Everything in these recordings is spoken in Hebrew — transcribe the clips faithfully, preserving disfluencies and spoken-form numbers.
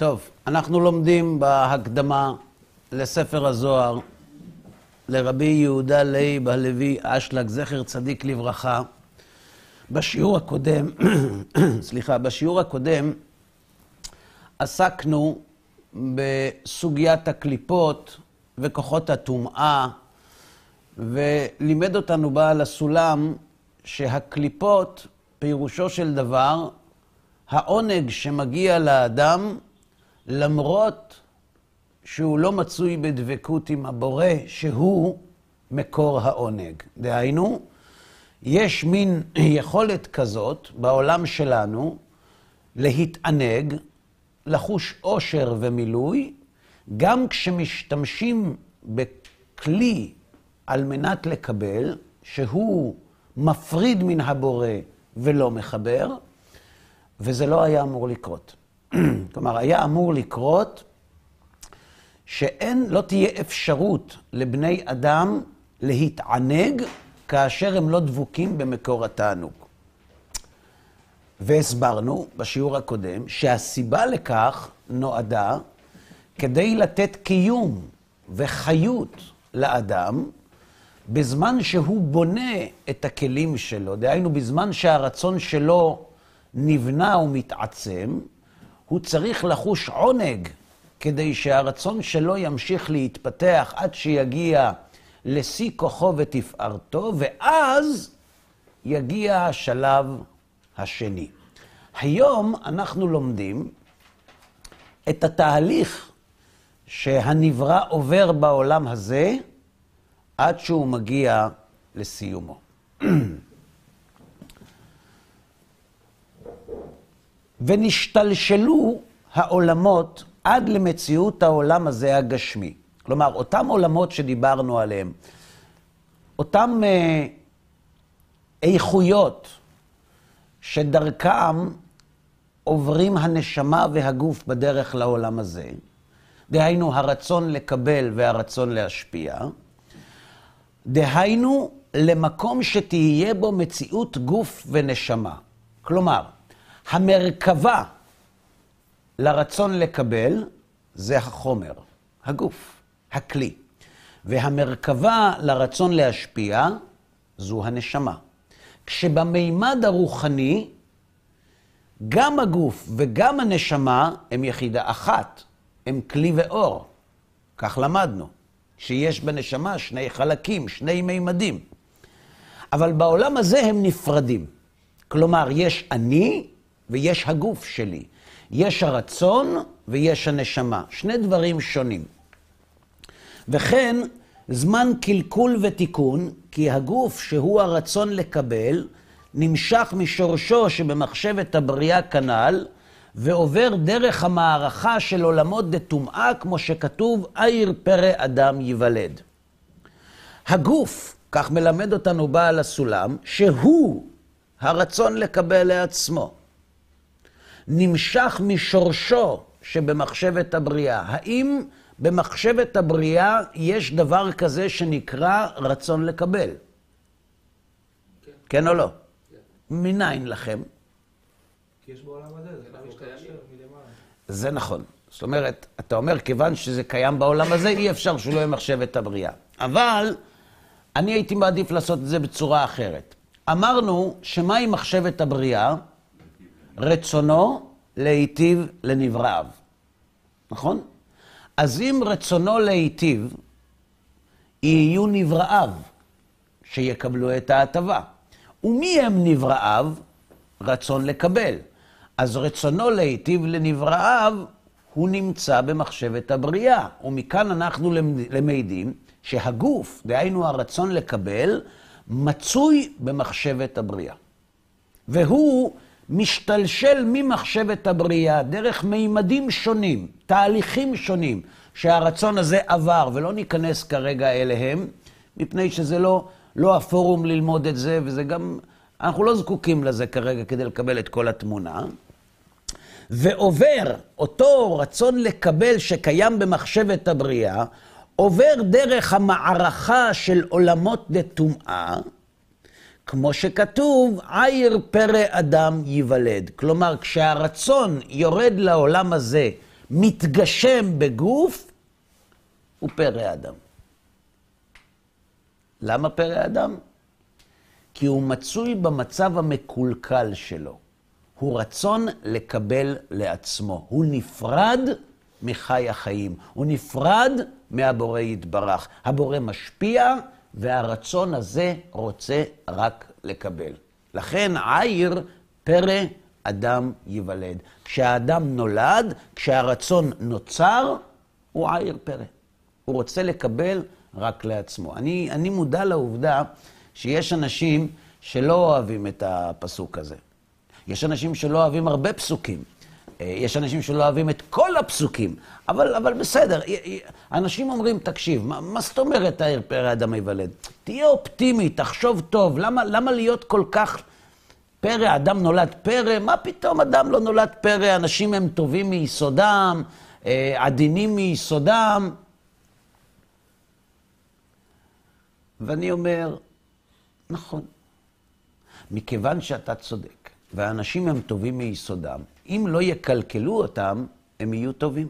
טוב, אנחנו לומדים בהקדמה לספר הזוהר, לרבי יהודה לייב הלוי אשלג, זכר צדיק לברכה. בשיעור הקודם, סליחה, בשיעור הקודם עסקנו בסוגיית הקליפות וכוחות הטומאה, ולימד אותנו בעל הסולם שהקליפות, פירושו של דבר, העונג שמגיע לאדם למרות שהוא לא מצוי בדבקות עם הבורא, שהוא מקור העונג. דהיינו, יש מין יכולת כזאת בעולם שלנו להתענג, לחוש עושר ומילוי, גם כשמשתמשים בכלי על מנת לקבל, שהוא מפריד מן הבורא ולא מחבר, וזה לא היה אמור לקרות. כלומר, היה אמור לקרות שאין, לא תהיה אפשרות לבני אדם להתענג כאשר הם לא דבוקים במקור התענוג. והסברנו בשיעור הקודם שהסיבה לכך נועדה כדי לתת קיום וחיות לאדם בזמן שהוא בונה את הכלים שלו. דהיינו, בזמן שהרצון שלו נבנה ומתעצם, הוא צריך לחוש עונג כדי שהרצון שלו ימשיך להתפתח עד שיגיע לשיא כוחו ותפארתו, ואז יגיע השלב השני. היום אנחנו לומדים את התהליך שהנברא עובר בעולם הזה עד שהוא מגיע לסיומו. ונשתלשלו העולמות עד למציאות העולם הזה הגשמי. כלומר, אותם עולמות שדיברנו עליהם, אותם אה, איכויות שדרכם עוברים הנשמה והגוף בדרך לעולם הזה, דהיינו הרצון לקבל והרצון להשפיע, דהיינו למקום שתהיה בו מציאות גוף ונשמה. כלומר, המרכבה לרצון לקבל זה החומר, הגוף, הכלי. והמרכבה לרצון להשפיע זו הנשמה. כשבמימד הרוחני, גם הגוף וגם הנשמה הם יחידה אחת, הם כלי ואור. כך למדנו, שיש בנשמה שני חלקים, שני מימדים. אבל בעולם הזה הם נפרדים. כלומר, יש אני ויש הגוף שלי. יש הרצון ויש הנשמה. שני דברים שונים. וכן, זמן קלקול ותיקון, כי הגוף שהוא הרצון לקבל, נמשך משורשו שבמחשבת הבריאה כנל, ועובר דרך המערכה של עולמות דטומאה, כמו שכתוב, עיר פרא אדם ייוולד. הגוף, כך מלמד אותנו בעל הסולם, שהוא הרצון לקבל לעצמו, נמשך משורשו שבמחשבת הבריאה. האם במחשבת הבריאה יש דבר כזה שנקרא רצון לקבל? כן, כן או לא? כן. מניין לכם? כי יש בעולם הזה, זה לא משתעשר מלמעלה. זה נכון. זאת אומרת, אתה אומר, כיוון שזה קיים בעולם הזה, אי אפשר שלא יהיה מחשבת הבריאה. אבל אני הייתי מעדיף לעשות את זה בצורה אחרת. אמרנו שמהי מחשבת הבריאה? רצונו להיטיב לנבראיו. נכון? אז אם רצונו להיטיב, יהיו נבראיו שיקבלו את ההטבה. ומי הם נבראיו? רצון לקבל. אז רצונו להיטיב לנבראיו הוא נמצא במחשבת הבריאה. ומכאן אנחנו למדים שהגוף, דהיינו הרצון לקבל, מצוי במחשבת הבריאה. והוא משתלשל ממחשבת הבריאה דרך מימדים שונים, תהליכים שונים, שהרצון הזה עבר, ולא ניכנס כרגע אליהם, מפני שזה לא, לא הפורום ללמוד את זה, וזה גם, אנחנו לא זקוקים לזה כרגע כדי לקבל את כל התמונה. ועובר אותו רצון לקבל שקיים במחשבת הבריאה, עובר דרך המערכה של עולמות דטומאה, כמו שכתוב, עיר פרא אדם ייוולד. כלומר, כשהרצון יורד לעולם הזה מתגשם בגוף, הוא פרא אדם. למה פרא אדם? כי הוא מצוי במצב המקולקל שלו. הוא רצון לקבל לעצמו. הוא נפרד מחי החיים. הוא נפרד מהבורא יתברך. הבורא משפיע, והרצון הזה רוצה רק לקבל. לכן עיר פרא אדם ייוולד. כשהאדם נולד, כשהרצון נוצר, הוא עיר פרא. הוא רוצה לקבל רק לעצמו. אני, אני מודע לעובדה שיש אנשים שלא אוהבים את הפסוק הזה. יש אנשים שלא אוהבים הרבה פסוקים. יש אנשים שלא אוהבים את כל הפסוקים. אבל, אבל בסדר, אנשים אומרים, תקשיב, מה, מה זאת אומרת העיר פרא אדם ייוולד? תהיה אופטימי, תחשוב טוב. למה, למה להיות כל כך פרא? אדם נולד פרא? מה פתאום אדם לא נולד פרא? אנשים הם טובים מיסודם, עדינים מיסודם. ואני אומר, נכון. מכיוון שאתה צודק, והאנשים הם טובים מיסודם, אם לא יקלקלו אותם, הם יהיו טובים.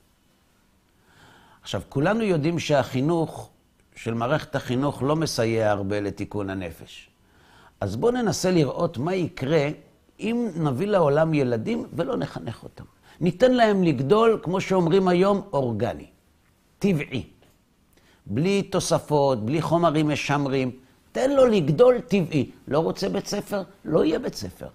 עכשיו, כולנו יודעים שהחינוך של מערכת החינוך לא מסייע הרבה לתיקון הנפש. אז בואו ננסה לראות מה יקרה אם נביא לעולם ילדים ולא נחנך אותם. ניתן להם לגדול, כמו שאומרים היום, אורגני, טבעי. בלי תוספות, בלי חומרים משמרים. תן לו לגדול טבעי. לא רוצה בית ספר? לא יהיה בית ספר.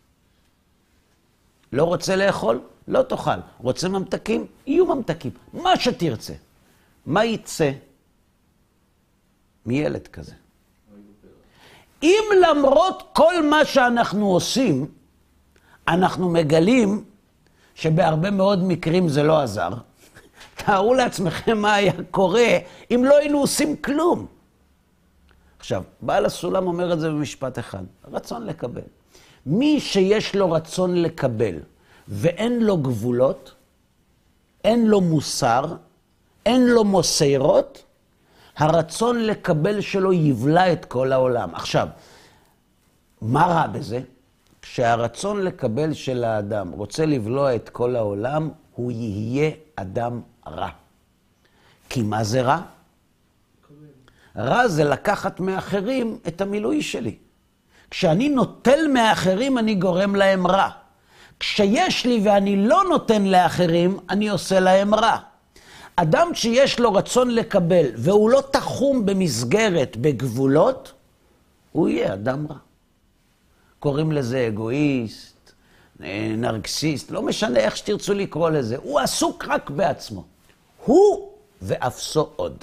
לא רוצה לאכול? לא תאכל. רוצה ממתקים? יהיו ממתקים. מה שתרצה. מה יצא מילד כזה? אם למרות כל מה שאנחנו עושים, אנחנו מגלים שבהרבה מאוד מקרים זה לא עזר, תארו לעצמכם מה היה קורה אם לא היינו עושים כלום. עכשיו, בעל הסולם אומר את זה במשפט אחד, רצון לקבל. מי שיש לו רצון לקבל ואין לו גבולות, אין לו מוסר, אין לו מוסרות, הרצון לקבל שלו יבלע את כל העולם. עכשיו, מה רע בזה? כשהרצון לקבל של האדם רוצה לבלוע את כל העולם, הוא יהיה אדם רע. כי מה זה רע? רע זה לקחת מאחרים את המילוי שלי. כשאני נוטל מאחרים, אני גורם להם רע. כשיש לי ואני לא נותן לאחרים, אני עושה להם רע. אדם שיש לו רצון לקבל, והוא לא תחום במסגרת, בגבולות, הוא יהיה אדם רע. קוראים לזה אגואיסט, נרקסיסט, לא משנה איך שתרצו לקרוא לזה. הוא עסוק רק בעצמו. הוא ואפסו עוד.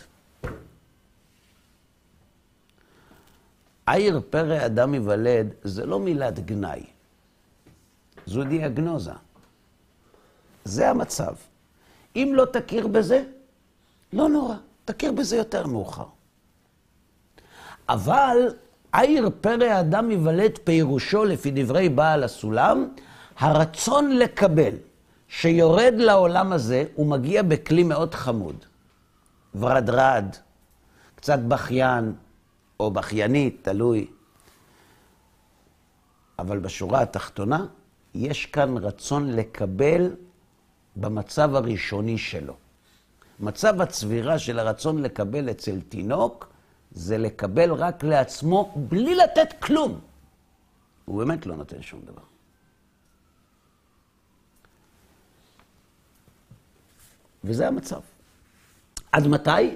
עיר פרא אדם ייוולד זה לא מילת גנאי. זו דיאגנוזה. זה המצב. אם לא תכיר בזה, לא נורא. תכיר בזה יותר מאוחר. אבל עיר פרא אדם ייוולד פירושו לפי דברי בעל הסולם, הרצון לקבל שיורד לעולם הזה, הוא מגיע בכלי מאוד חמוד. ורדרד, קצת בכיין, או בכיינית, תלוי. אבל בשורה התחתונה, יש כאן רצון לקבל במצב הראשוני שלו. מצב הצבירה של הרצון לקבל אצל תינוק, זה לקבל רק לעצמו בלי לתת כלום. הוא באמת לא נותן שום דבר. וזה המצב. עד מתי?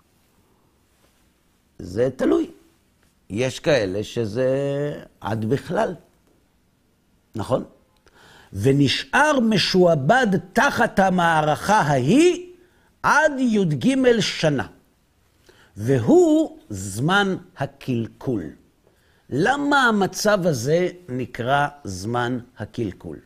זה תלוי. יש כאלה שזה עד בכלל. נכון? ונשאר משועבד תחת המערכה ההיא עד י"ג שנה. והוא זמן הקלקול. למה המצב הזה נקרא זמן הקלקול?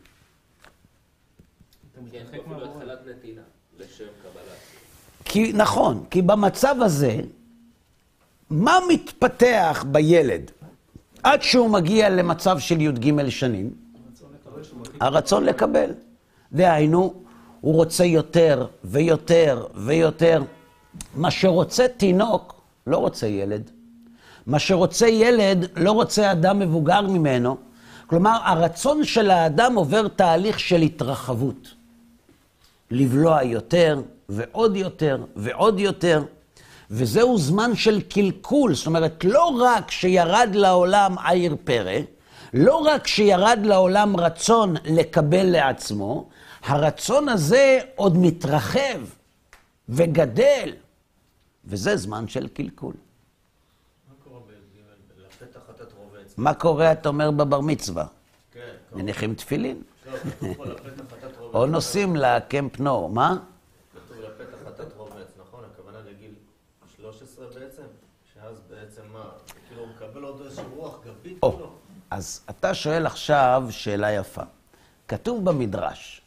כי אין פה אפילו התחלת נתינה לשם קבלה. כי, נכון, כי במצב הזה, מה מתפתח בילד עד שהוא מגיע למצב של י"ג שנים? הרצון לקבל. דהיינו, הוא רוצה יותר ויותר ויותר. מה שרוצה תינוק, לא רוצה ילד. מה שרוצה ילד, לא רוצה אדם מבוגר ממנו. כלומר, הרצון של האדם עובר תהליך של התרחבות. לבלוע יותר ועוד יותר ועוד יותר, וזהו זמן של קלקול. זאת אומרת, לא רק שירד לעולם עיר פרא, לא רק שירד לעולם רצון לקבל לעצמו, הרצון הזה עוד מתרחב וגדל, וזה זמן של קלקול. מה קורה בי"ג? לפתח חטאת רובץ. מה קורה, אתה אומר, בבר מצווה? כן. מניחים תפילין? לא, כתוב פה לפתח חטאת רובץ. או נוסעים לקמפ נור, מה? כתוב לפתח חטאת רובץ, נכון? הכוונה לגיל שלוש עשרה בעצם? שאז בעצם מה? כאילו הוא מקבל עוד איזושהי רוח גבית? או, כאילו? אז אתה שואל עכשיו שאלה יפה. כתוב במדרש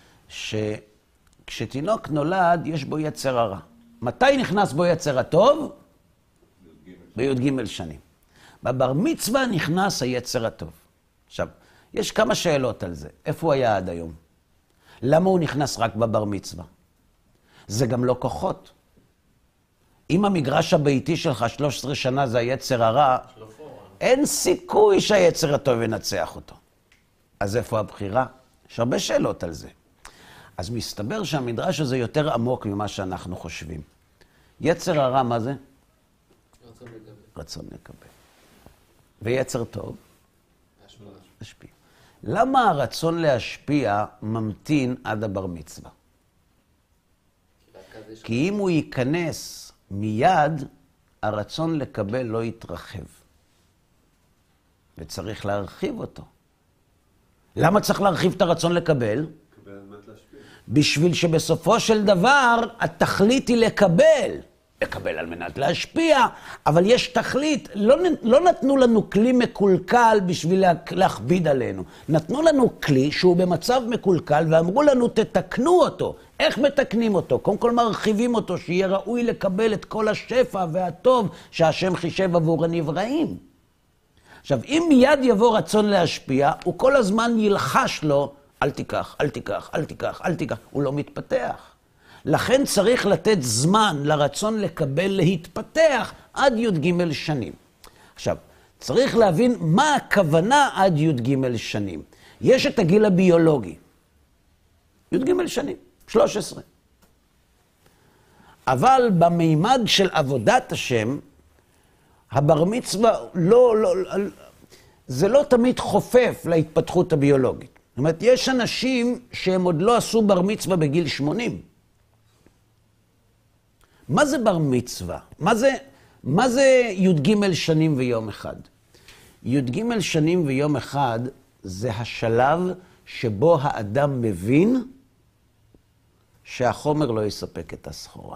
שכשתינוק נולד יש בו יצר הרע. מתי נכנס בו יצר הטוב? בי"ג שנים. בבר מצווה נכנס היצר הטוב. עכשיו, יש כמה שאלות על זה. איפה הוא היה עד היום? למה הוא נכנס רק בבר מצווה? זה גם לא כוחות. אם המגרש הביתי שלך שלוש עשרה שנה זה היצר הרע, אין סיכוי שהיצר הטוב ינצח אותו. אז איפה הבחירה? יש הרבה שאלות על זה. אז מסתבר שהמדרש הזה יותר עמוק ממה שאנחנו חושבים. יצר הרע, מה זה? רצון לקבל. רצון לקבל. ויצר טוב? להשפיע. להשפיע. למה הרצון להשפיע ממתין עד הבר מצווה? כי אם הוא ייכנס מיד, הרצון לקבל לא יתרחב. וצריך להרחיב אותו. למה צריך להרחיב את הרצון לקבל? בשביל שבסופו של דבר התכלית היא לקבל. לקבל על מנת להשפיע, אבל יש תכלית. לא, לא נתנו לנו כלי מקולקל בשביל לה, להכביד עלינו. נתנו לנו כלי שהוא במצב מקולקל ואמרו לנו תתקנו אותו. איך מתקנים אותו? קודם כל מרחיבים אותו, שיהיה ראוי לקבל את כל השפע והטוב שהשם חישב עבור הנבראים. עכשיו, אם מיד יבוא רצון להשפיע, הוא כל הזמן ילחש לו, אל תיקח, אל תיקח, אל תיקח, אל תיקח. הוא לא מתפתח. לכן צריך לתת זמן לרצון לקבל להתפתח עד י"ג שנים. עכשיו, צריך להבין מה הכוונה עד י"ג שנים. יש את הגיל הביולוגי. י"ג שנים, שלוש עשרה. אבל במימד של עבודת השם, הבר מצווה לא, לא, זה לא תמיד חופף להתפתחות הביולוגית. זאת אומרת, יש אנשים שהם עוד לא עשו בר מצווה בגיל שמונים. מה זה בר מצווה? מה זה, מה זה י"ג שנים ויום אחד? י"ג שנים ויום אחד זה השלב שבו האדם מבין שהחומר לא יספק את הסחורה.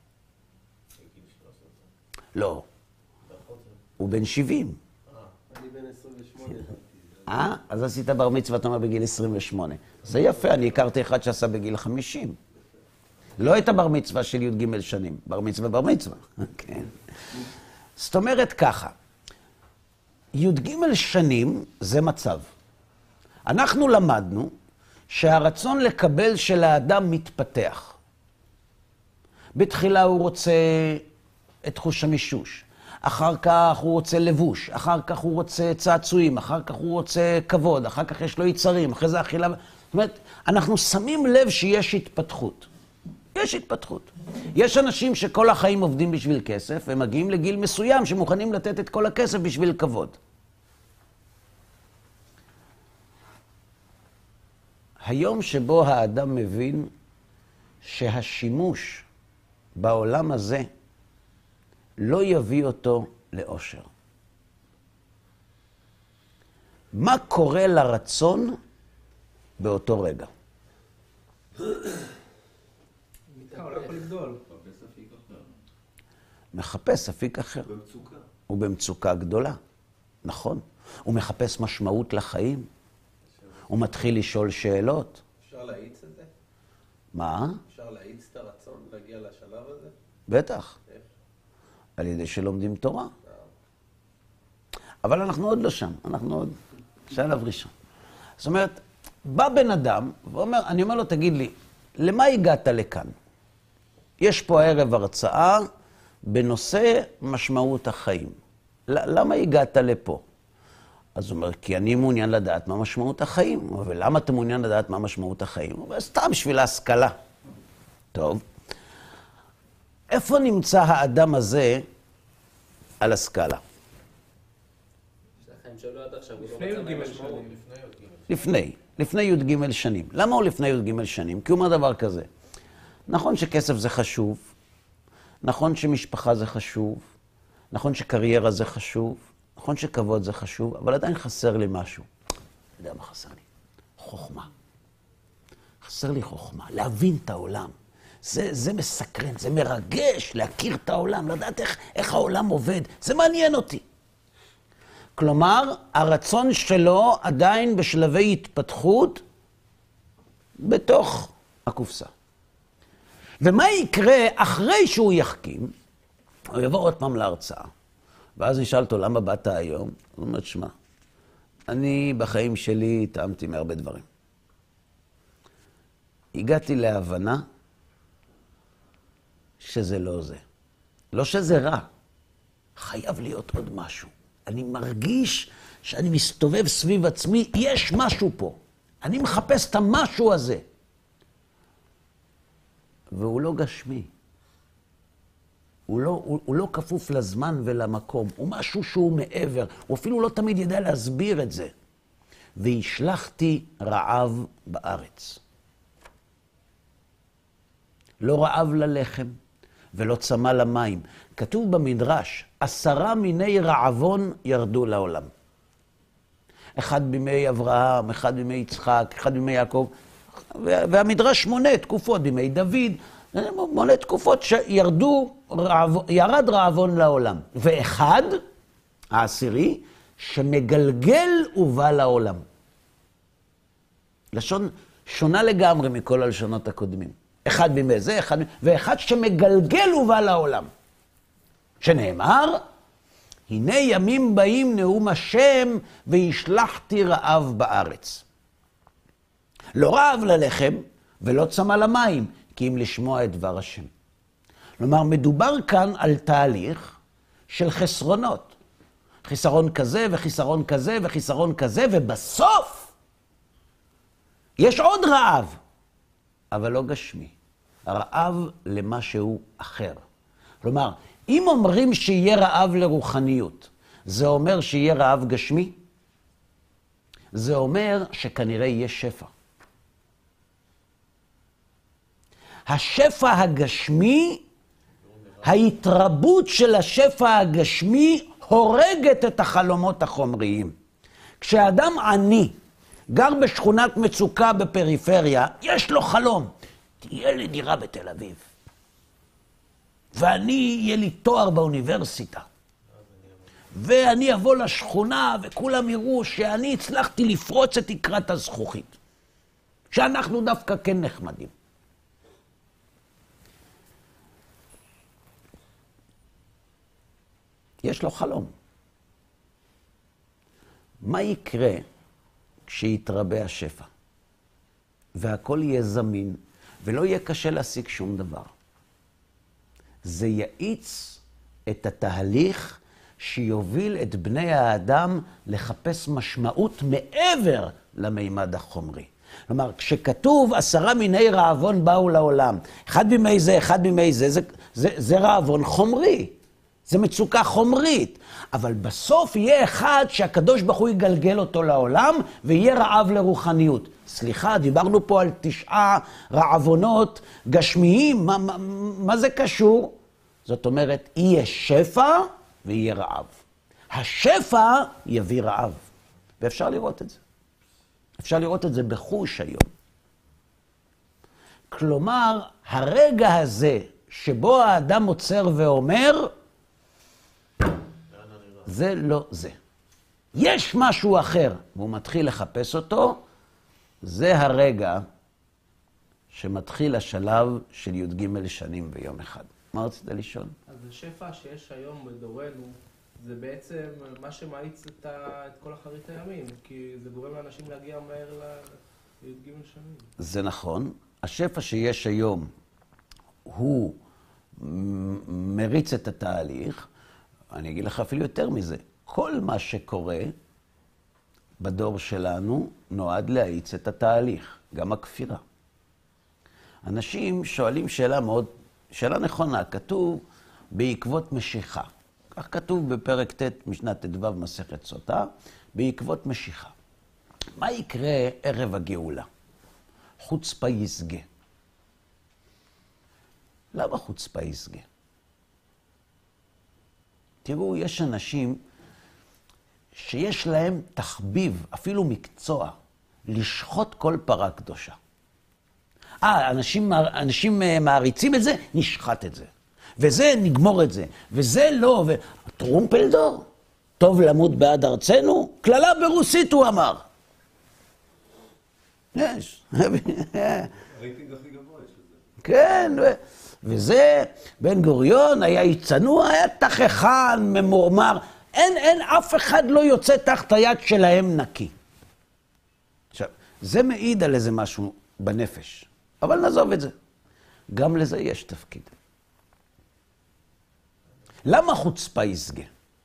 לא. הוא בן שבעים. אני בן עשרים ושמונה. אה? אז עשית בר מצווה, אתה אומר, בגיל עשרים ושמונה. זה יפה, אני הכרתי אחד שעשה בגיל חמישים. לא את הבר מצווה של י"ג שנים, בר מצווה בר מצווה. כן. זאת אומרת ככה, י"ג שנים זה מצב. אנחנו למדנו שהרצון לקבל של האדם מתפתח. בתחילה הוא רוצה את חוש המישוש. אחר כך הוא רוצה לבוש, אחר כך הוא רוצה צעצועים, אחר כך הוא רוצה כבוד, אחר כך יש לו יצרים, אחרי זה אכילה. זאת אומרת, אנחנו שמים לב שיש התפתחות. יש התפתחות. יש אנשים שכל החיים עובדים בשביל כסף, הם מגיעים לגיל מסוים שמוכנים לתת את כל הכסף בשביל כבוד. היום שבו האדם מבין שהשימוש בעולם הזה לא יביא אותו לאושר. מה קורה לרצון באותו רגע? הוא לא יכול לגדול. מחפש אפיק אחר. במצוקה. הוא במצוקה גדולה, נכון. הוא מחפש משמעות לחיים. הוא מתחיל לשאול שאלות. אפשר להאיץ את זה? מה? אפשר להאיץ את הרצון להגיע לשלב הזה? בטח. איך? על ידי שלומדים תורה. אבל אנחנו עוד לא שם, אנחנו עוד שלב ראשון. זאת אומרת, בא בן אדם ואומר, אני אומר לו, תגיד לי, למה הגעת לכאן? יש פה הערב הרצאה בנושא משמעות החיים. למה הגעת לפה? אז הוא אומר, כי אני מעוניין לדעת מה משמעות החיים. אבל למה אתה מעוניין לדעת מה משמעות החיים? הוא אומר, סתם בשביל ההשכלה. טוב. איפה נמצא האדם הזה על הסקאלה? יש לכם שלא עד עכשיו, הוא לא לפני מצא י"ג להם משמעות. שנים. לפני. לפני י"ג שנים. למה הוא לפני י"ג שנים? כי הוא אומר דבר כזה. נכון שכסף זה חשוב, נכון שמשפחה זה חשוב, נכון שקריירה זה חשוב, נכון שכבוד זה חשוב, אבל עדיין חסר לי משהו. אתה יודע מה חסר לי? חוכמה. חסר לי חוכמה, להבין את העולם. זה, זה מסקרן, זה מרגש, להכיר את העולם, לדעת איך, איך העולם עובד. זה מעניין אותי. כלומר, הרצון שלו עדיין בשלבי התפתחות בתוך הקופסה. ומה יקרה אחרי שהוא יחכים? הוא יבוא עוד פעם להרצאה, ואז נשאל אותו, למה באת היום? הוא אומר, שמה, אני בחיים שלי טעמתי מהרבה דברים. הגעתי להבנה שזה לא זה. לא שזה רע, חייב להיות עוד משהו. אני מרגיש שאני מסתובב סביב עצמי, יש משהו פה. אני מחפש את המשהו הזה. והוא לא גשמי. הוא לא, הוא, הוא לא כפוף לזמן ולמקום. הוא משהו שהוא מעבר. הוא אפילו לא תמיד ידע להסביר את זה. והשלחתי רעב בארץ. לא רעב ללחם ולא צמא למים. כתוב במדרש, עשרה מיני רעבון ירדו לעולם. אחד בימי אברהם, אחד בימי יצחק, אחד בימי יעקב, והמדרש מונה תקופות בימי דוד, מונה תקופות שירדו, רעב, ירד רעבון לעולם. ואחד, העשירי, שמגלגל ובא לעולם. לשון שונה לגמרי מכל הלשונות הקודמים. אחד בימי זה, אחד, ואחד שמגלגל ובא לעולם. שנאמר, הנה ימים באים נאום השם והשלחתי רעב בארץ. לא רעב ללחם ולא צמא למים, כי אם לשמוע את דבר השם. כלומר, מדובר כאן על תהליך של חסרונות. חיסרון כזה וחיסרון כזה וחיסרון כזה, ובסוף יש עוד רעב, אבל לא גשמי. רעב למשהו אחר. כלומר, אם אומרים שיהיה רעב לרוחניות, זה אומר שיהיה רעב גשמי? זה אומר שכנראה יהיה שפע. השפע הגשמי, ההתרבות של השפע הגשמי הורגת את החלומות החומריים. כשאדם עני גר בשכונת מצוקה בפריפריה, יש לו חלום. תהיה לי דירה בתל אביב. ואני, יהיה לי תואר באוניברסיטה. ואני אבוא לשכונה וכולם יראו שאני הצלחתי לפרוץ את תקרת הזכוכית. שאנחנו דווקא כן נחמדים. יש לו חלום. מה יקרה כשיתרבה השפע? והכל יהיה זמין, ולא יהיה קשה להשיג שום דבר. זה יאיץ את התהליך שיוביל את בני האדם לחפש משמעות מעבר למימד החומרי. כלומר, כשכתוב עשרה מיני רעבון באו לעולם, אחד בימי זה, אחד בימי זה, זה, זה, זה רעבון חומרי. זה מצוקה חומרית. אבל בסוף יהיה אחד שהקדוש ברוך הוא יגלגל אותו לעולם, ויהיה רעב לרוחניות. סליחה, דיברנו פה על תשעה רעבונות גשמיים. מה, מה, מה זה קשור? זאת אומרת, יהיה שפע ויהיה רעב. השפע יביא רעב. ואפשר לראות את זה. אפשר לראות את זה בחוש היום. כלומר, הרגע הזה שבו האדם עוצר ואומר, זה לא זה. יש משהו אחר, והוא מתחיל לחפש אותו, זה הרגע שמתחיל השלב של י"ג שנים ביום אחד. מה רצית לשאול? אז השפע שיש היום בדורנו, זה בעצם מה שמאיץ את, ה... את כל אחרית הימים, כי זה גורם לאנשים להגיע מהר ל-י"ג שנים. זה נכון. השפע שיש היום הוא מריץ את התהליך. אני אגיד לך אפילו יותר מזה. כל מה שקורה בדור שלנו נועד להאיץ את התהליך, גם הכפירה. אנשים שואלים שאלה מאוד, שאלה נכונה, כתוב בעקבות משיכה. כך כתוב בפרק ט' משנת ט"ו מסכת סוטה, בעקבות משיכה. מה יקרה ערב הגאולה? חוצפה יסגה. למה חוצפה יסגה? תראו, יש אנשים שיש להם תחביב, אפילו מקצוע, לשחוט כל פרה קדושה. אה, אנשים, אנשים מעריצים את זה, נשחט את זה. וזה, נגמור את זה. וזה לא, וטרומפלדור, טוב למות בעד ארצנו, כללה ברוסית הוא אמר. יש. הרייטינג הכי גבוה יש לזה. כן, ו... וזה, בן גוריון היה איש צנוע, היה תככן, ממורמר. אין, אין, אף אחד לא יוצא תחת היד שלהם נקי. עכשיו, זה מעיד על איזה משהו בנפש. אבל נעזוב את זה. גם לזה יש תפקיד. למה חוצפה יסגה?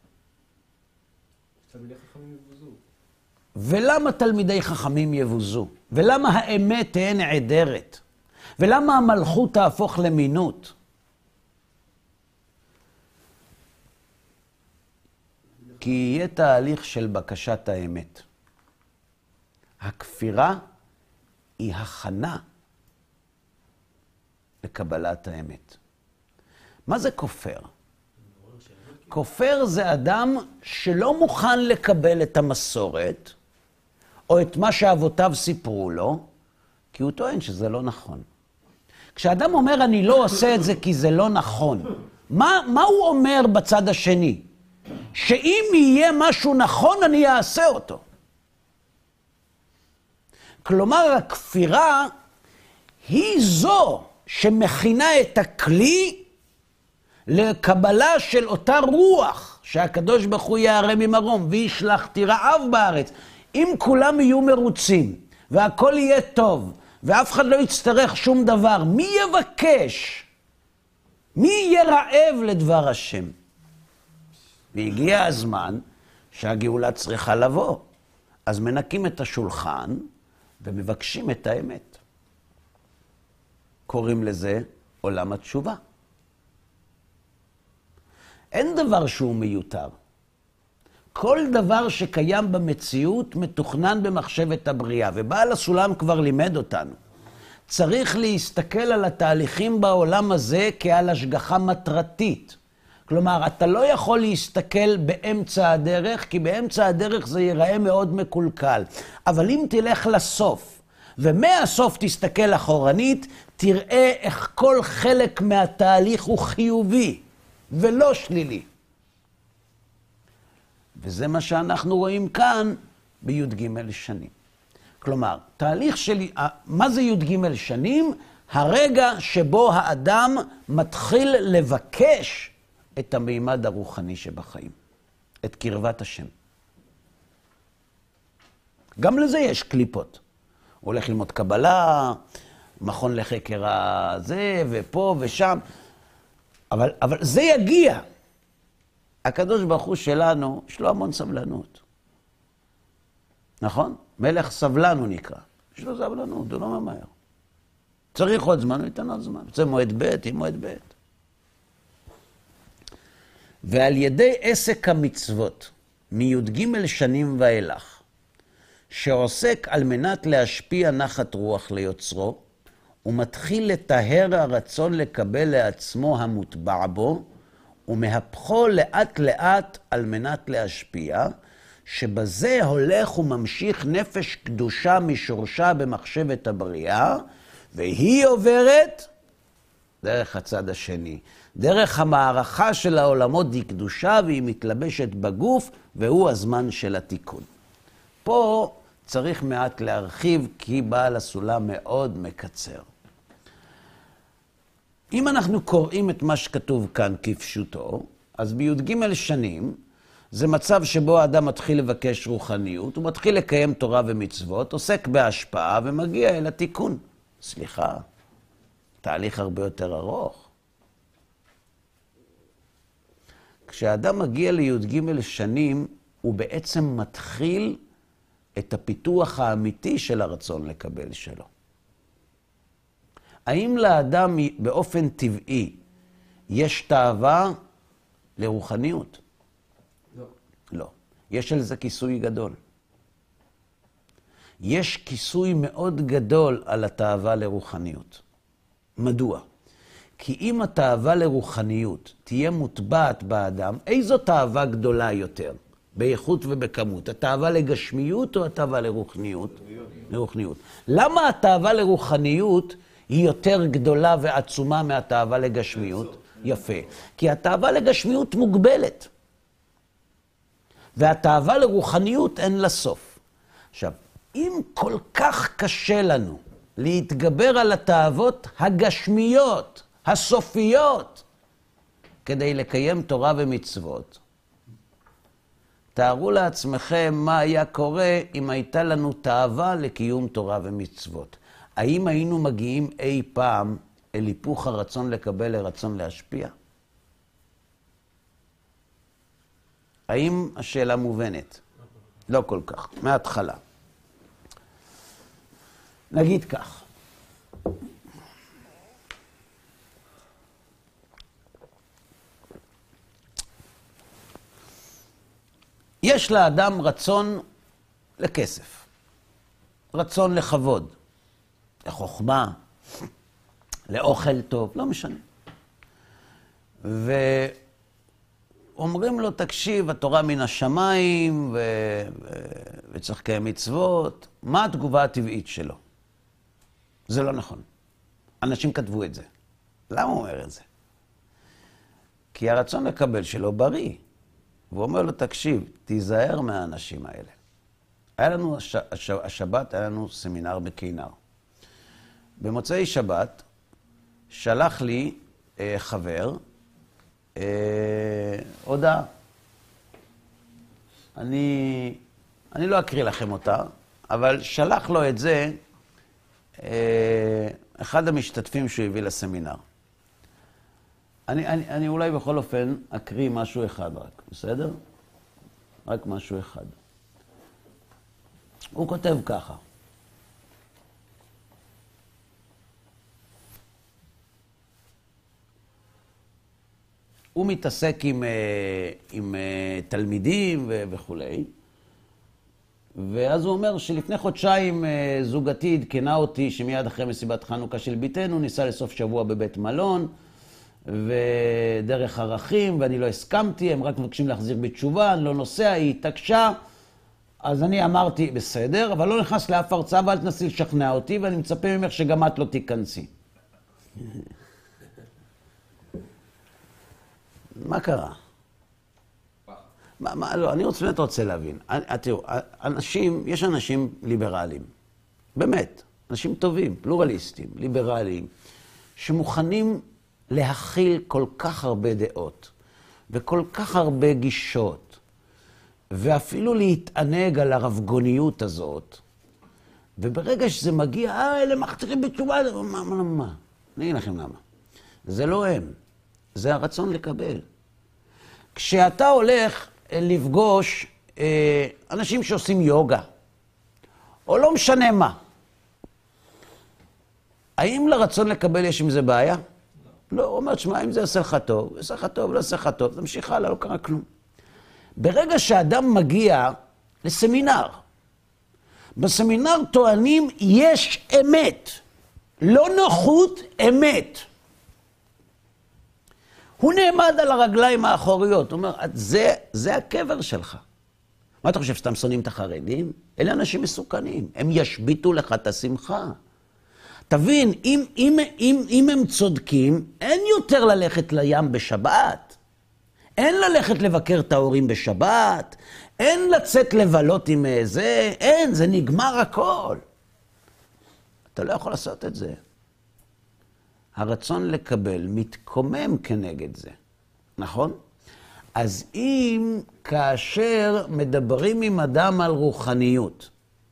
תלמידי חכמים יבוזו. ולמה תלמידי חכמים יבוזו? ולמה האמת תהיה נעדרת? ולמה המלכות תהפוך למינות? כי יהיה תהליך של בקשת האמת. הכפירה היא הכנה לקבלת האמת. מה זה כופר? כופר זה אדם שלא מוכן לקבל את המסורת, או את מה שאבותיו סיפרו לו, כי הוא טוען שזה לא נכון. כשאדם אומר, אני לא עושה את זה כי זה לא נכון, מה, מה הוא אומר בצד השני? שאם יהיה משהו נכון, אני אעשה אותו. כלומר, הכפירה היא זו שמכינה את הכלי לקבלה של אותה רוח שהקדוש ברוך הוא יערה ממרום וישלחתי רעב בארץ. אם כולם יהיו מרוצים והכל יהיה טוב ואף אחד לא יצטרך שום דבר, מי יבקש? מי יהיה רעב לדבר השם? והגיע הזמן שהגאולה צריכה לבוא. אז מנקים את השולחן ומבקשים את האמת. קוראים לזה עולם התשובה. אין דבר שהוא מיותר. כל דבר שקיים במציאות מתוכנן במחשבת הבריאה, ובעל הסולם כבר לימד אותנו. צריך להסתכל על התהליכים בעולם הזה כעל השגחה מטרתית. כלומר, אתה לא יכול להסתכל באמצע הדרך, כי באמצע הדרך זה ייראה מאוד מקולקל. אבל אם תלך לסוף, ומהסוף תסתכל אחורנית, תראה איך כל חלק מהתהליך הוא חיובי, ולא שלילי. וזה מה שאנחנו רואים כאן בי"ג שנים. כלומר, תהליך שלי, מה זה י"ג שנים? הרגע שבו האדם מתחיל לבקש את המימד הרוחני שבחיים, את קרבת השם. גם לזה יש קליפות. הוא הולך ללמוד קבלה, מכון לחקר הזה, ופה ושם. אבל, אבל זה יגיע. הקדוש ברוך הוא שלנו, יש לו המון סבלנות. נכון? מלך סבלן הוא נקרא. יש לו סבלנות, הוא לא ממהר. צריך עוד זמן, הוא ייתן עוד זמן. זה מועד ב' עם מועד ב'. ועל ידי עסק המצוות, מי"ג שנים ואילך, שעוסק על מנת להשפיע נחת רוח ליוצרו, ומתחיל לטהר הרצון לקבל לעצמו המוטבע בו, ומהפכו לאט לאט על מנת להשפיע, שבזה הולך וממשיך נפש קדושה משורשה במחשבת הבריאה, והיא עוברת דרך הצד השני. דרך המערכה של העולמות היא קדושה, והיא מתלבשת בגוף, והוא הזמן של התיקון. פה צריך מעט להרחיב, כי בעל הסולם מאוד מקצר. אם אנחנו קוראים את מה שכתוב כאן כפשוטו, אז בי"ג שנים, זה מצב שבו האדם מתחיל לבקש רוחניות, הוא מתחיל לקיים תורה ומצוות, עוסק בהשפעה ומגיע אל התיקון. סליחה, תהליך הרבה יותר ארוך. כשאדם מגיע לי"ג שנים, הוא בעצם מתחיל את הפיתוח האמיתי של הרצון לקבל שלו. האם לאדם באופן טבעי יש תאווה לרוחניות? לא. לא. יש על זה כיסוי גדול. יש כיסוי מאוד גדול על התאווה לרוחניות. מדוע? כי אם התאווה לרוחניות תהיה מוטבעת באדם, איזו תאווה גדולה יותר? באיכות ובכמות. התאווה לגשמיות או התאווה לרוחניות? לרוחניות. למה התאווה לרוחניות היא יותר גדולה ועצומה מהתאווה לגשמיות? יפה. כי התאווה לגשמיות מוגבלת. והתאווה לרוחניות אין לה סוף. עכשיו, אם כל כך קשה לנו להתגבר על התאוות הגשמיות, הסופיות, כדי לקיים תורה ומצוות, תארו לעצמכם מה היה קורה אם הייתה לנו תאווה לקיום תורה ומצוות. האם היינו מגיעים אי פעם אל היפוך הרצון לקבל לרצון להשפיע? האם השאלה מובנת? לא כל כך, מההתחלה. נגיד כך. יש לאדם רצון לכסף, רצון לכבוד, לחוכמה, לאוכל טוב, לא משנה. ואומרים לו, תקשיב, התורה מן השמיים, ו... ו... וצריך לקיים מצוות. מה התגובה הטבעית שלו? זה לא נכון. אנשים כתבו את זה. למה הוא אומר את זה? כי הרצון לקבל שלו בריא. והוא אומר לו, תקשיב, תיזהר מהאנשים האלה. היה לנו, הש... הש... השבת היה לנו סמינר בכינר. במוצאי שבת שלח לי אה, חבר אה, הודעה. אני, אני לא אקריא לכם אותה, אבל שלח לו את זה אה, אחד המשתתפים שהוא הביא לסמינר. אני, אני, אני אולי בכל אופן אקריא משהו אחד רק, בסדר? רק משהו אחד. הוא כותב ככה. הוא מתעסק עם, עם תלמידים וכו'. ואז הוא אומר שלפני חודשיים זוגתי עדכנה אותי שמיד אחרי מסיבת חנוכה של ביתנו ניסה לסוף שבוע בבית מלון ודרך ערכים, ואני לא הסכמתי, הם רק מבקשים להחזיר בתשובה, אני לא נוסע, היא התעקשה. אז אני אמרתי, בסדר, אבל לא נכנס לאף הרצאה ואל תנסי לשכנע אותי, ואני מצפה ממך שגם את לא תיכנסי. מה קרה? מה, מה, לא, אני רוצה, באמת רוצה להבין. תראו, אנשים, יש אנשים ליברליים, באמת, אנשים טובים, פלורליסטים, ליברליים, שמוכנים להכיל כל כך הרבה דעות, וכל כך הרבה גישות, ואפילו להתענג על הרבגוניות הזאת, וברגע שזה מגיע, אה, אלה מחזירים בתשובה, מה, מה, מה? אני אגיד לכם למה. זה לא הם. זה הרצון לקבל. כשאתה הולך לפגוש אה, אנשים שעושים יוגה, או לא משנה מה, האם לרצון לקבל יש עם זה בעיה? לא. לא, הוא אומר, שמה, אם זה עושה לך טוב, עושה לך טוב, לא עושה לך טוב, תמשיך הלאה, לא קרה כלום. ברגע שאדם מגיע לסמינר, בסמינר טוענים יש אמת, לא נוחות, אמת. הוא נעמד על הרגליים האחוריות, הוא אומר, זה, זה הקבר שלך. מה אתה חושב, שאתם שונאים את החרדים? אלה אנשים מסוכנים, הם ישביטו לך את השמחה. תבין, אם, אם, אם, אם הם צודקים, אין יותר ללכת לים בשבת. אין ללכת לבקר את ההורים בשבת, אין לצאת לבלות עם זה, אין, זה נגמר הכל. אתה לא יכול לעשות את זה. הרצון לקבל מתקומם כנגד זה, נכון? אז אם כאשר מדברים עם אדם על רוחניות,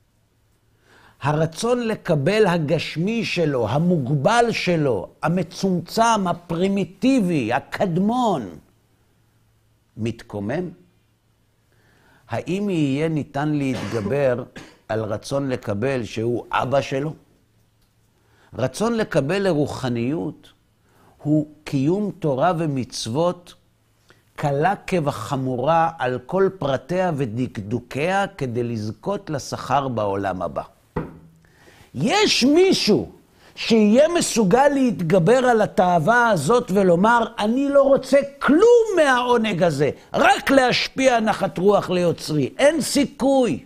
הרצון לקבל הגשמי שלו, המוגבל שלו, המצומצם, הפרימיטיבי, הקדמון, מתקומם? האם יהיה ניתן להתגבר על רצון לקבל שהוא אבא שלו? רצון לקבל לרוחניות הוא קיום תורה ומצוות קלה כבחמורה על כל פרטיה ודקדוקיה כדי לזכות לשכר בעולם הבא. יש מישהו שיהיה מסוגל להתגבר על התאווה הזאת ולומר, אני לא רוצה כלום מהעונג הזה, רק להשפיע נחת רוח ליוצרי. אין סיכוי.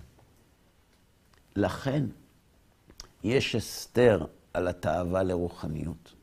לכן, יש הסתר על התאווה לרוחניות.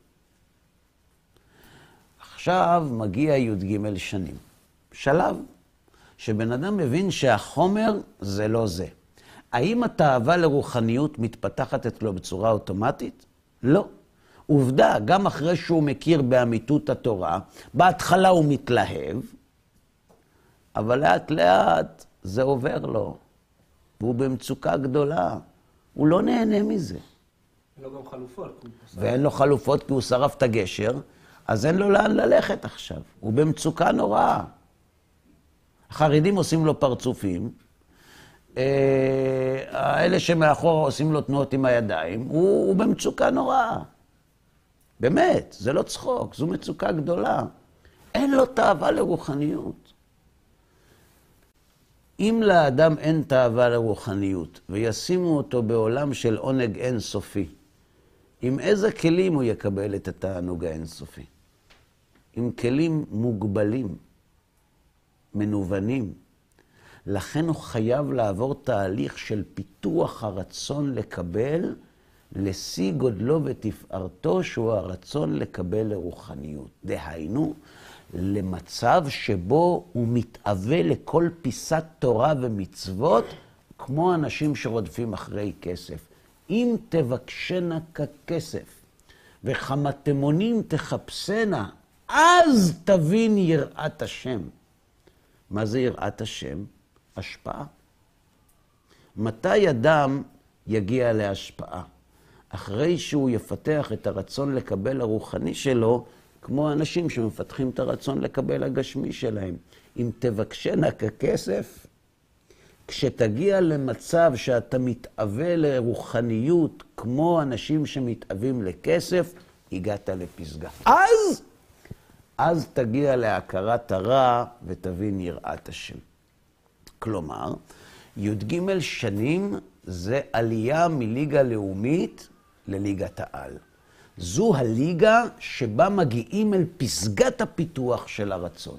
עכשיו מגיע י"ג שנים. שלב שבן אדם מבין שהחומר זה לא זה. האם התאווה לרוחניות מתפתחת אצלו בצורה אוטומטית? לא. עובדה, גם אחרי שהוא מכיר באמיתות התורה, בהתחלה הוא מתלהב, אבל לאט לאט זה עובר לו. והוא במצוקה גדולה. הוא לא נהנה מזה. אין לו גם חלופות. ואין לו חלופות כי הוא שרף את הגשר, אז אין לו לאן ללכת עכשיו. הוא במצוקה נוראה. החרדים עושים לו פרצופים, האלה שמאחורה עושים לו תנועות עם הידיים, הוא, הוא במצוקה נוראה. באמת, זה לא צחוק, זו מצוקה גדולה. אין לו תאווה לרוחניות. אם לאדם אין תאווה לרוחניות, וישימו אותו בעולם של עונג אינסופי, עם איזה כלים הוא יקבל את התענוג האינסופי? עם כלים מוגבלים, מנוונים. לכן הוא חייב לעבור תהליך של פיתוח הרצון לקבל לשיא גודלו ותפארתו, שהוא הרצון לקבל לרוחניות. דהיינו, למצב שבו הוא מתאווה לכל פיסת תורה ומצוות, כמו אנשים שרודפים אחרי כסף. אם תבקשנה ככסף, וכמה תמונים תחפשנה, אז תבין יראת השם. מה זה יראת השם? השפעה. מתי אדם יגיע להשפעה? אחרי שהוא יפתח את הרצון לקבל הרוחני שלו, כמו אנשים שמפתחים את הרצון לקבל הגשמי שלהם. אם תבקשנה ככסף, כשתגיע למצב שאתה מתאווה לרוחניות, כמו אנשים שמתאווים לכסף, הגעת לפסגה. אז, אז תגיע להכרת הרע ותבין יראת השם. כלומר, י"ג שנים זה עלייה מליגה לאומית לליגת העל. זו הליגה שבה מגיעים אל פסגת הפיתוח של הרצון.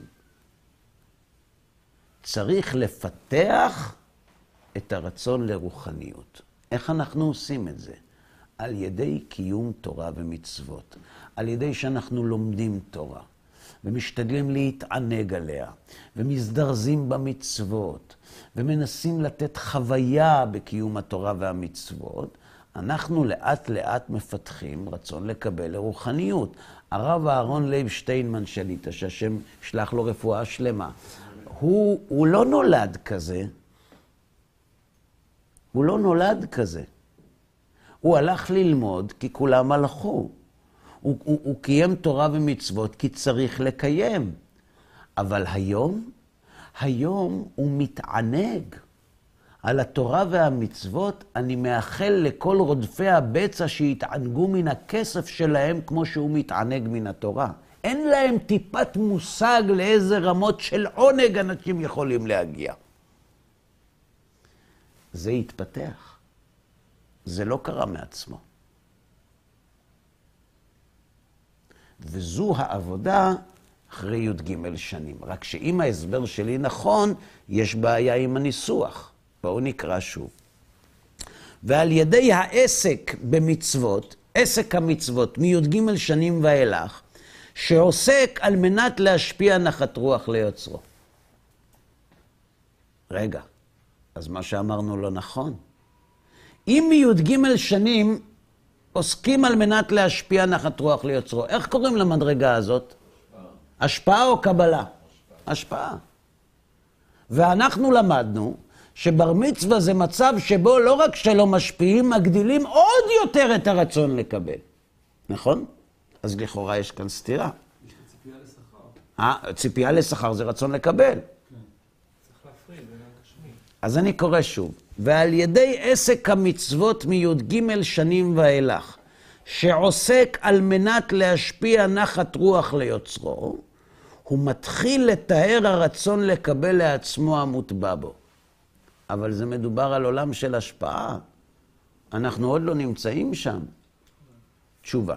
צריך לפתח את הרצון לרוחניות. איך אנחנו עושים את זה? על ידי קיום תורה ומצוות. על ידי שאנחנו לומדים תורה. ומשתדלים להתענג עליה, ומזדרזים במצוות, ומנסים לתת חוויה בקיום התורה והמצוות, אנחנו לאט לאט מפתחים רצון לקבל לרוחניות. הרב אהרון לייב שטיינמן שליט"א, שהשם שלח לו רפואה שלמה, הוא, הוא לא נולד כזה, הוא לא נולד כזה. הוא הלך ללמוד כי כולם הלכו. הוא, הוא, הוא קיים תורה ומצוות כי צריך לקיים. אבל היום, היום הוא מתענג. על התורה והמצוות אני מאחל לכל רודפי הבצע שיתענגו מן הכסף שלהם כמו שהוא מתענג מן התורה. אין להם טיפת מושג לאיזה רמות של עונג אנשים יכולים להגיע. זה יתפתח. זה לא קרה מעצמו. וזו העבודה אחרי י"ג שנים. רק שאם ההסבר שלי נכון, יש בעיה עם הניסוח. בואו נקרא שוב. ועל ידי העסק במצוות, עסק המצוות מי"ג שנים ואילך, שעוסק על מנת להשפיע נחת רוח ליוצרו. רגע, אז מה שאמרנו לא נכון. אם מי"ג שנים עוסקים על מנת להשפיע נחת רוח ליוצרו, איך קוראים למדרגה הזאת? השפעה. השפעה או קבלה? השפעה. השפעה. ואנחנו למדנו שבר מצווה זה מצב שבו לא רק שלא משפיעים, מגדילים עוד יותר את הרצון לקבל. נכון? אז לכאורה יש כאן סתירה. יש ציפייה לשכר. אה, ציפייה לשכר זה רצון לקבל. כן. צריך להפריד בין הגשמי. אז אני קורא שוב. ועל ידי עסק המצוות מי"ג שנים ואילך, שעוסק על מנת להשפיע נחת רוח ליוצרו, הוא מתחיל לתאר הרצון לקבל לעצמו המוטבע בו. אבל זה מדובר על עולם של השפעה. אנחנו עוד לא נמצאים שם. תשובה.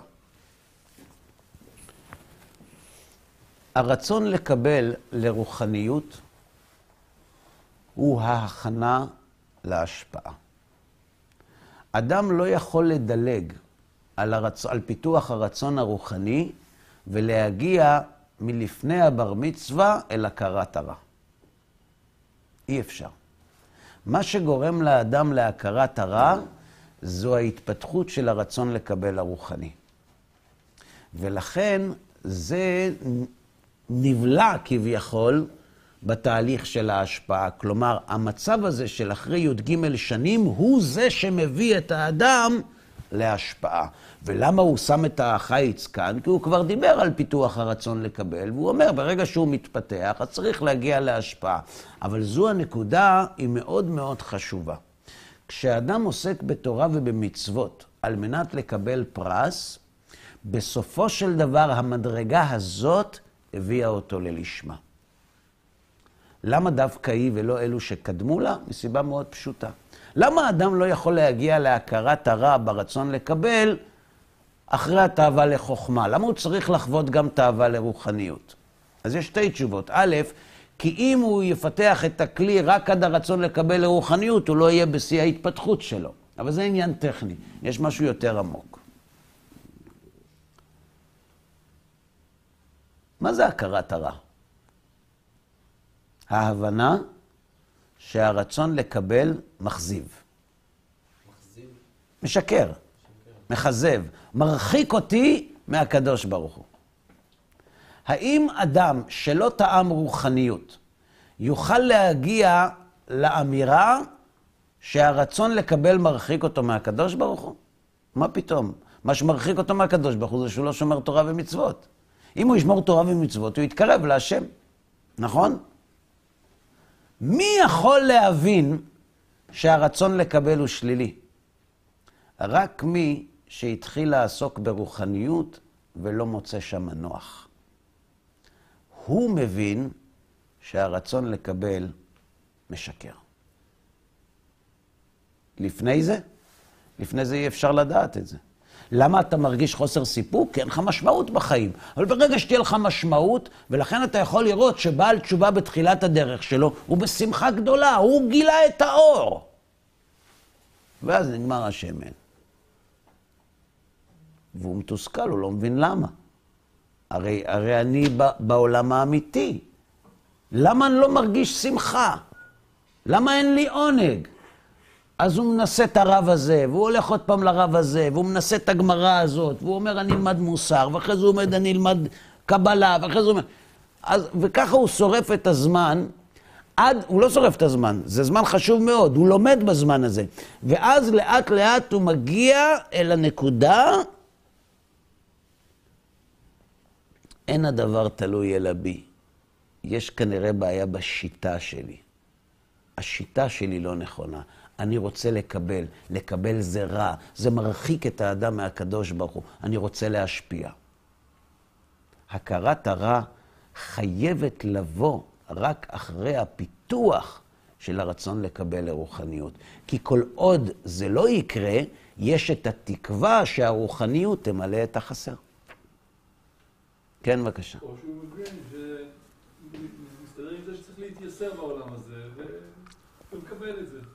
הרצון לקבל לרוחניות הוא ההכנה להשפעה. אדם לא יכול לדלג על, הרצ... על פיתוח הרצון הרוחני ולהגיע מלפני הבר מצווה אל הכרת הרע. אי אפשר. מה שגורם לאדם להכרת הרע זו ההתפתחות של הרצון לקבל הרוחני. ולכן זה נבלע כביכול בתהליך של ההשפעה. כלומר, המצב הזה של אחרי י"ג שנים הוא זה שמביא את האדם להשפעה. ולמה הוא שם את החיץ כאן? כי הוא כבר דיבר על פיתוח הרצון לקבל, והוא אומר, ברגע שהוא מתפתח, אז צריך להגיע להשפעה. אבל זו הנקודה, היא מאוד מאוד חשובה. כשאדם עוסק בתורה ובמצוות על מנת לקבל פרס, בסופו של דבר המדרגה הזאת הביאה אותו ללשמה. למה דווקא היא ולא אלו שקדמו לה? מסיבה מאוד פשוטה. למה האדם לא יכול להגיע להכרת הרע ברצון לקבל אחרי התאווה לחוכמה? למה הוא צריך לחוות גם תאווה לרוחניות? אז יש שתי תשובות. א', כי אם הוא יפתח את הכלי רק עד הרצון לקבל לרוחניות, הוא לא יהיה בשיא ההתפתחות שלו. אבל זה עניין טכני. יש משהו יותר עמוק. מה זה הכרת הרע? ההבנה שהרצון לקבל מחזיב. מחזיב? משקר, מחזב, מרחיק אותי מהקדוש ברוך הוא. האם אדם שלא טעם רוחניות יוכל להגיע לאמירה שהרצון לקבל מרחיק אותו מהקדוש ברוך הוא? מה פתאום? מה שמרחיק אותו מהקדוש ברוך הוא זה שהוא לא שומר תורה ומצוות. אם הוא ישמור תורה ומצוות, הוא יתקרב להשם. נכון? מי יכול להבין שהרצון לקבל הוא שלילי? רק מי שהתחיל לעסוק ברוחניות ולא מוצא שם מנוח. הוא מבין שהרצון לקבל משקר. לפני זה? לפני זה אי אפשר לדעת את זה. למה אתה מרגיש חוסר סיפוק? כי אין לך משמעות בחיים. אבל ברגע שתהיה לך משמעות, ולכן אתה יכול לראות שבעל תשובה בתחילת הדרך שלו, הוא בשמחה גדולה, הוא גילה את האור. ואז נגמר השמן. והוא מתוסכל, הוא לא מבין למה. הרי, הרי אני ב, בעולם האמיתי. למה אני לא מרגיש שמחה? למה אין לי עונג? אז הוא מנסה את הרב הזה, והוא הולך עוד פעם לרב הזה, והוא מנסה את הגמרא הזאת, והוא אומר, אני אלמד מוסר, ואחרי זה הוא אומר, אני אלמד קבלה, ואחרי זה הוא אומר... אז, וככה הוא שורף את הזמן, עד, הוא לא שורף את הזמן, זה זמן חשוב מאוד, הוא לומד בזמן הזה. ואז לאט לאט הוא מגיע אל הנקודה, אין הדבר תלוי אלא בי. יש כנראה בעיה בשיטה שלי. השיטה שלי לא נכונה. אני רוצה לקבל. לקבל זה רע. זה מרחיק את האדם מהקדוש ברוך הוא. אני רוצה להשפיע. הכרת הרע חייבת לבוא רק אחרי הפיתוח של הרצון לקבל לרוחניות. כי כל עוד זה לא יקרה, יש את התקווה שהרוחניות תמלא את החסר. כן, בבקשה. או שהוא מבין שמסתדר עם זה שצריך להתייסר בעולם הזה, והוא מקבל את זה.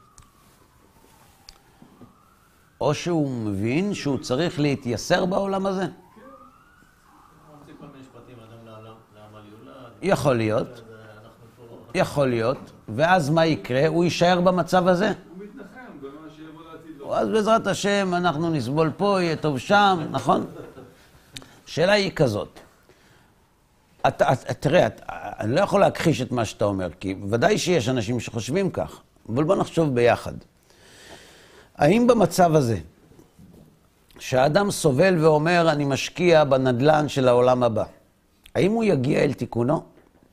או שהוא מבין שהוא צריך להתייסר בעולם הזה. מוציא כל מיני משפטים, אדם לעמל יולד. יכול להיות. יכול להיות. ואז מה יקרה? הוא יישאר במצב הזה. הוא מתנחם במה שיבוא לעתיד לו. אז בעזרת השם אנחנו נסבול פה, יהיה טוב שם, נכון? השאלה היא כזאת. אתה, אתה, תראה, אתה, אני לא יכול להכחיש את מה שאתה אומר, כי ודאי שיש אנשים שחושבים כך, אבל בוא נחשוב ביחד. האם במצב הזה, שהאדם סובל ואומר, אני משקיע בנדלן של העולם הבא, האם הוא יגיע אל תיקונו?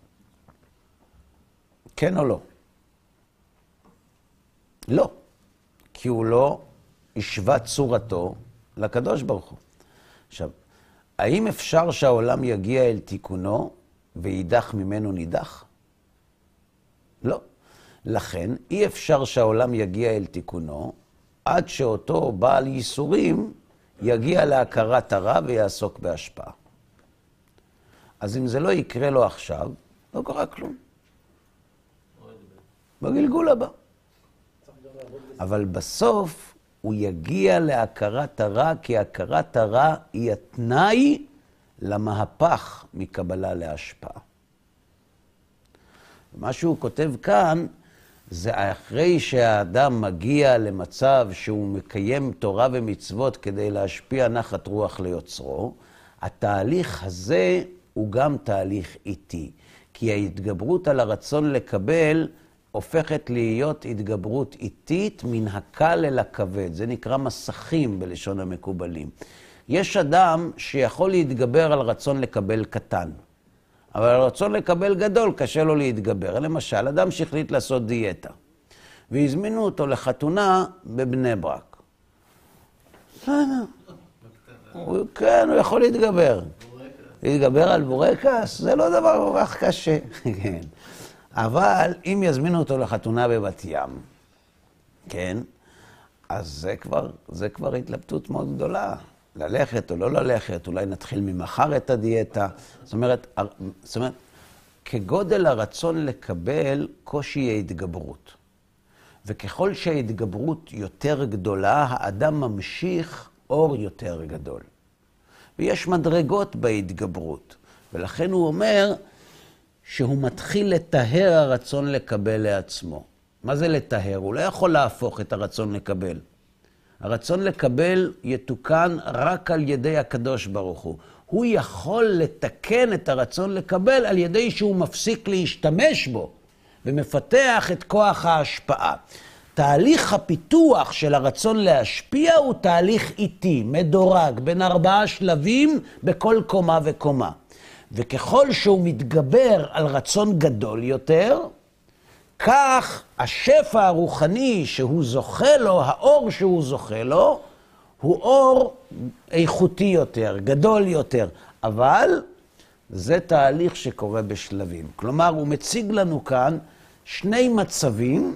כן או לא? לא. כי הוא לא השווה צורתו לקדוש ברוך הוא. עכשיו, האם אפשר שהעולם יגיע אל תיקונו וידח ממנו נידח? לא. לכן, אי אפשר שהעולם יגיע אל תיקונו עד שאותו בעל ייסורים יגיע להכרת הרע ויעסוק בהשפעה. אז אם זה לא יקרה לו עכשיו, לא קרה כלום. בגלגול הבא. אבל בסוף הוא יגיע להכרת הרע, כי הכרת הרע היא התנאי למהפך מקבלה להשפעה. מה שהוא כותב כאן, זה אחרי שהאדם מגיע למצב שהוא מקיים תורה ומצוות כדי להשפיע נחת רוח ליוצרו, התהליך הזה הוא גם תהליך איטי. כי ההתגברות על הרצון לקבל הופכת להיות התגברות איטית מן הקל אל הכבד. זה נקרא מסכים בלשון המקובלים. יש אדם שיכול להתגבר על רצון לקבל קטן, אבל על רצון לקבל גדול קשה לו להתגבר. למשל, אדם שהחליט לעשות דיאטה, והזמינו אותו לחתונה בבני ברק. הוא, כן, הוא יכול להתגבר. להתגבר על בורקס זה לא דבר כל כך קשה. כן. אבל אם יזמינו אותו לחתונה בבת ים, כן, אז זה כבר, זה כבר התלבטות מאוד גדולה. ללכת או לא ללכת, אולי נתחיל ממחר את הדיאטה. זאת אומרת, זאת אומרת, כגודל הרצון לקבל, קושי ההתגברות. וככל שההתגברות יותר גדולה, האדם ממשיך אור יותר גדול. ויש מדרגות בהתגברות. ולכן הוא אומר שהוא מתחיל לטהר הרצון לקבל לעצמו. מה זה לטהר? הוא לא יכול להפוך את הרצון לקבל. הרצון לקבל יתוקן רק על ידי הקדוש ברוך הוא. הוא יכול לתקן את הרצון לקבל על ידי שהוא מפסיק להשתמש בו ומפתח את כוח ההשפעה. תהליך הפיתוח של הרצון להשפיע הוא תהליך איטי, מדורג, בין ארבעה שלבים בכל קומה וקומה. וככל שהוא מתגבר על רצון גדול יותר, כך השפע הרוחני שהוא זוכה לו, האור שהוא זוכה לו, הוא אור איכותי יותר, גדול יותר. אבל זה תהליך שקורה בשלבים. כלומר, הוא מציג לנו כאן שני מצבים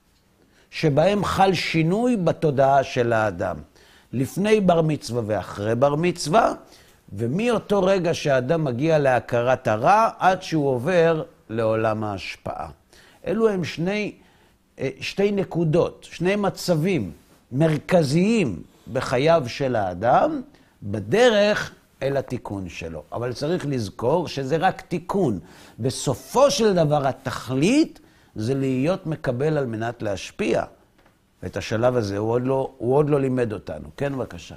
שבהם חל שינוי בתודעה של האדם. לפני בר מצווה ואחרי בר מצווה, ומאותו רגע שהאדם מגיע להכרת הרע, עד שהוא עובר לעולם ההשפעה. אלו הם שני, שתי נקודות, שני מצבים מרכזיים בחייו של האדם, בדרך אל התיקון שלו. אבל צריך לזכור שזה רק תיקון. בסופו של דבר התכלית זה להיות מקבל על מנת להשפיע. ואת השלב הזה הוא עוד לא, הוא עוד לא לימד אותנו. כן, בבקשה.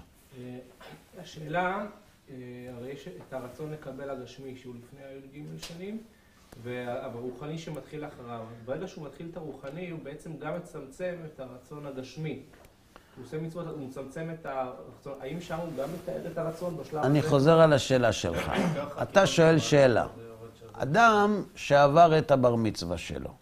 השאלה, הרי יש את הרצון לקבל הגשמי שהוא לפני הי"ג שנים, והרוחני שמתחיל אחריו. ברגע שהוא מתחיל את הרוחני, הוא בעצם גם מצמצם את הרצון הגשמי. הוא עושה מצוות, הוא מצמצם את הרצון. האם שם הוא גם מתאר את הרצון בשלב הזה? אני חוזר על השאלה שלך. אתה שואל שאלה. אדם שעבר את הבר מצווה שלו.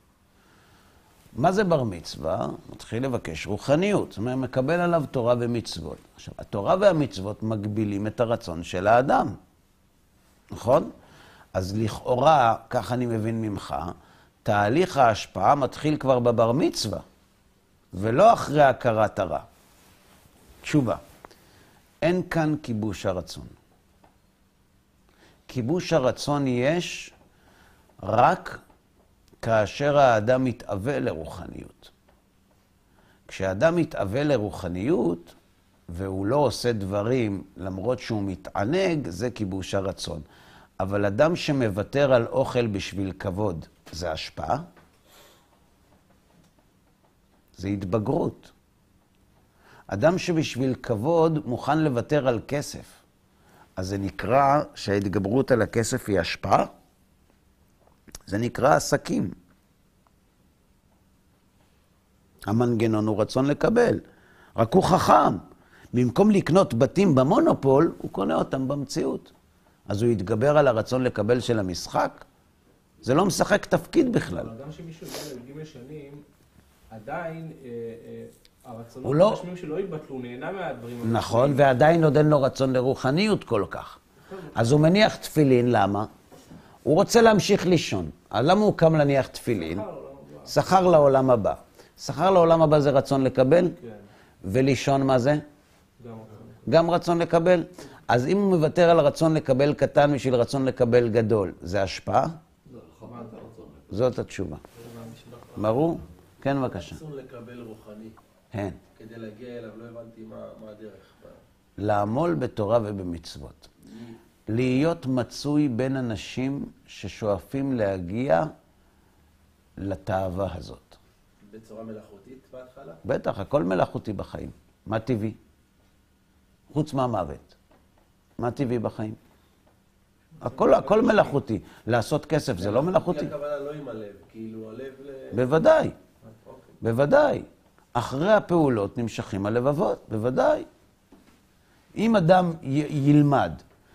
מה זה בר מצווה? מתחיל לבקש רוחניות. זאת אומרת, מקבל עליו תורה ומצוות. עכשיו, התורה והמצוות מגבילים את הרצון של האדם. נכון? אז לכאורה, כך אני מבין ממך, תהליך ההשפעה מתחיל כבר בבר מצווה, ולא אחרי הכרת הרע. תשובה, אין כאן כיבוש הרצון. כיבוש הרצון יש רק כאשר האדם מתאווה לרוחניות. כשאדם מתאווה לרוחניות, והוא לא עושה דברים למרות שהוא מתענג, זה כיבוש הרצון. אבל אדם שמוותר על אוכל בשביל כבוד, זה השפעה? זה התבגרות. אדם שבשביל כבוד מוכן לוותר על כסף, אז זה נקרא שההתגברות על הכסף היא השפעה? זה נקרא עסקים. המנגנון הוא רצון לקבל. רק הוא חכם. במקום לקנות בתים במונופול, הוא קונה אותם במציאות. אז הוא יתגבר על הרצון לקבל של המשחק? זה לא משחק תפקיד בכלל. אבל גם שמישהו יודע לג' שנים, עדיין אה, אה, הרצונות הוא לא- הגשמיים שלו יתבטלו, הוא נהנה מהדברים הגשמיים. נכון, ועדיין עוד אין לו רצון לרוחניות כל כך. אז הוא מניח תפילין, למה? הוא רוצה להמשיך לישון. אז למה הוא קם להניח תפילין? שכר לעולם הבא. שכר לעולם הבא זה רצון לקבל? כן, ולישון מה זה? גם רצון. גם רצון לקבל. אז אם הוא מוותר על רצון לקבל קטן בשביל רצון לקבל גדול, זה השפעה? זה הרחבת הרצון. זאת התשובה. ברור? כן, בבקשה. רצון לקבל רוחני, כן. כדי להגיע אליו, לא הבנתי מה, מה הדרך. לעמול בתורה ובמצוות. להיות מצוי בין אנשים ששואפים להגיע לתאווה הזאת. בצורה מלאכותית בהתחלה? בטח, הכל מלאכותי בחיים. מה טבעי? חוץ מהמוות. מה טבעי בחיים? הכל, הכל מלאכותי. לעשות כסף זה לא מלאכותי. הכוונה לא עם הלב, כאילו הלב ל... בוודאי, אוקיי. בוודאי. אחרי הפעולות נמשכים הלבבות, בוודאי. אם אדם י- ילמד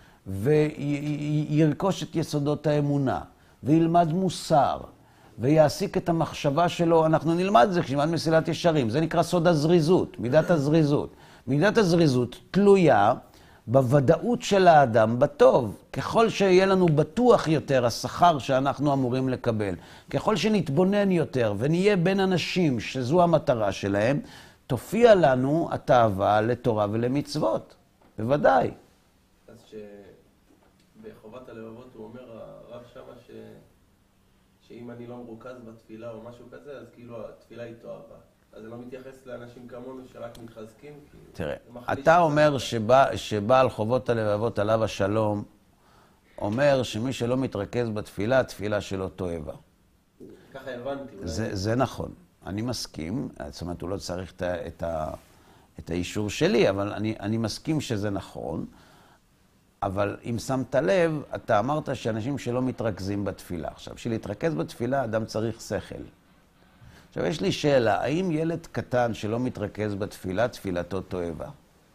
וירכוש את יסודות האמונה, וילמד מוסר, ויעסיק את המחשבה שלו, אנחנו נלמד את זה כשנלמד מסילת ישרים, זה נקרא סוד הזריזות, מידת הזריזות. מידת הזריזות תלויה בוודאות של האדם בטוב. ככל שיהיה לנו בטוח יותר השכר שאנחנו אמורים לקבל, ככל שנתבונן יותר ונהיה בין אנשים שזו המטרה שלהם, תופיע לנו התאווה לתורה ולמצוות. בוודאי. אז שבחובת הלבבות הוא אומר, הרב שמה ש... שאם אני לא מרוכז בתפילה או משהו כזה, אז כאילו התפילה היא תואבה. אז זה לא מתייחס לאנשים כמונו שרק מתחזקים? תראה, אתה אומר שבא, שבעל חובות הלבבות עליו השלום, אומר שמי שלא מתרכז בתפילה, התפילה שלו תואבה. ככה הבנתי. אולי. זה, זה נכון. אני מסכים, זאת אומרת, הוא לא צריך את, ה, את, ה, את האישור שלי, אבל אני, אני מסכים שזה נכון. אבל אם שמת לב, אתה אמרת שאנשים שלא מתרכזים בתפילה. עכשיו, בשביל להתרכז בתפילה, אדם צריך שכל. עכשיו, יש לי שאלה, האם ילד קטן שלא מתרכז בתפילה, תפילתו תואבה?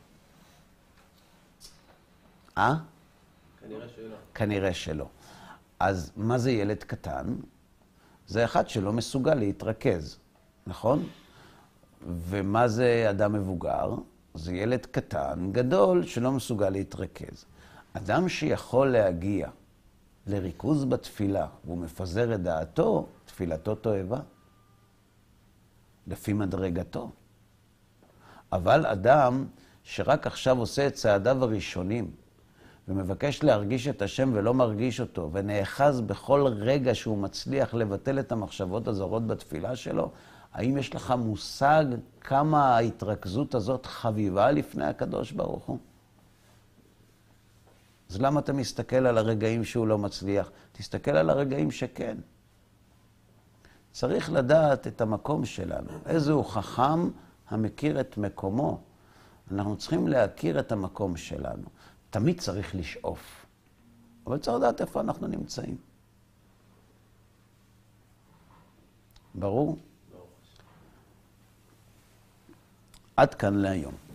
אה? כנראה שלא. כנראה שלא. אז מה זה ילד קטן? זה אחד שלא מסוגל להתרכז, נכון? ומה זה אדם מבוגר? זה ילד קטן, גדול, שלא מסוגל להתרכז. אדם שיכול להגיע לריכוז בתפילה, והוא מפזר את דעתו, תפילתו תואבה. לפי מדרגתו. אבל אדם שרק עכשיו עושה את צעדיו הראשונים, ומבקש להרגיש את השם ולא מרגיש אותו, ונאחז בכל רגע שהוא מצליח לבטל את המחשבות הזרות בתפילה שלו, האם יש לך מושג כמה ההתרכזות הזאת חביבה לפני הקדוש ברוך הוא? אז למה אתה מסתכל על הרגעים שהוא לא מצליח? תסתכל על הרגעים שכן. צריך לדעת את המקום שלנו. איזהו חכם המכיר את מקומו. אנחנו צריכים להכיר את המקום שלנו. תמיד צריך לשאוף. אבל צריך לדעת איפה אנחנו נמצאים. ברור? עד כאן להיום.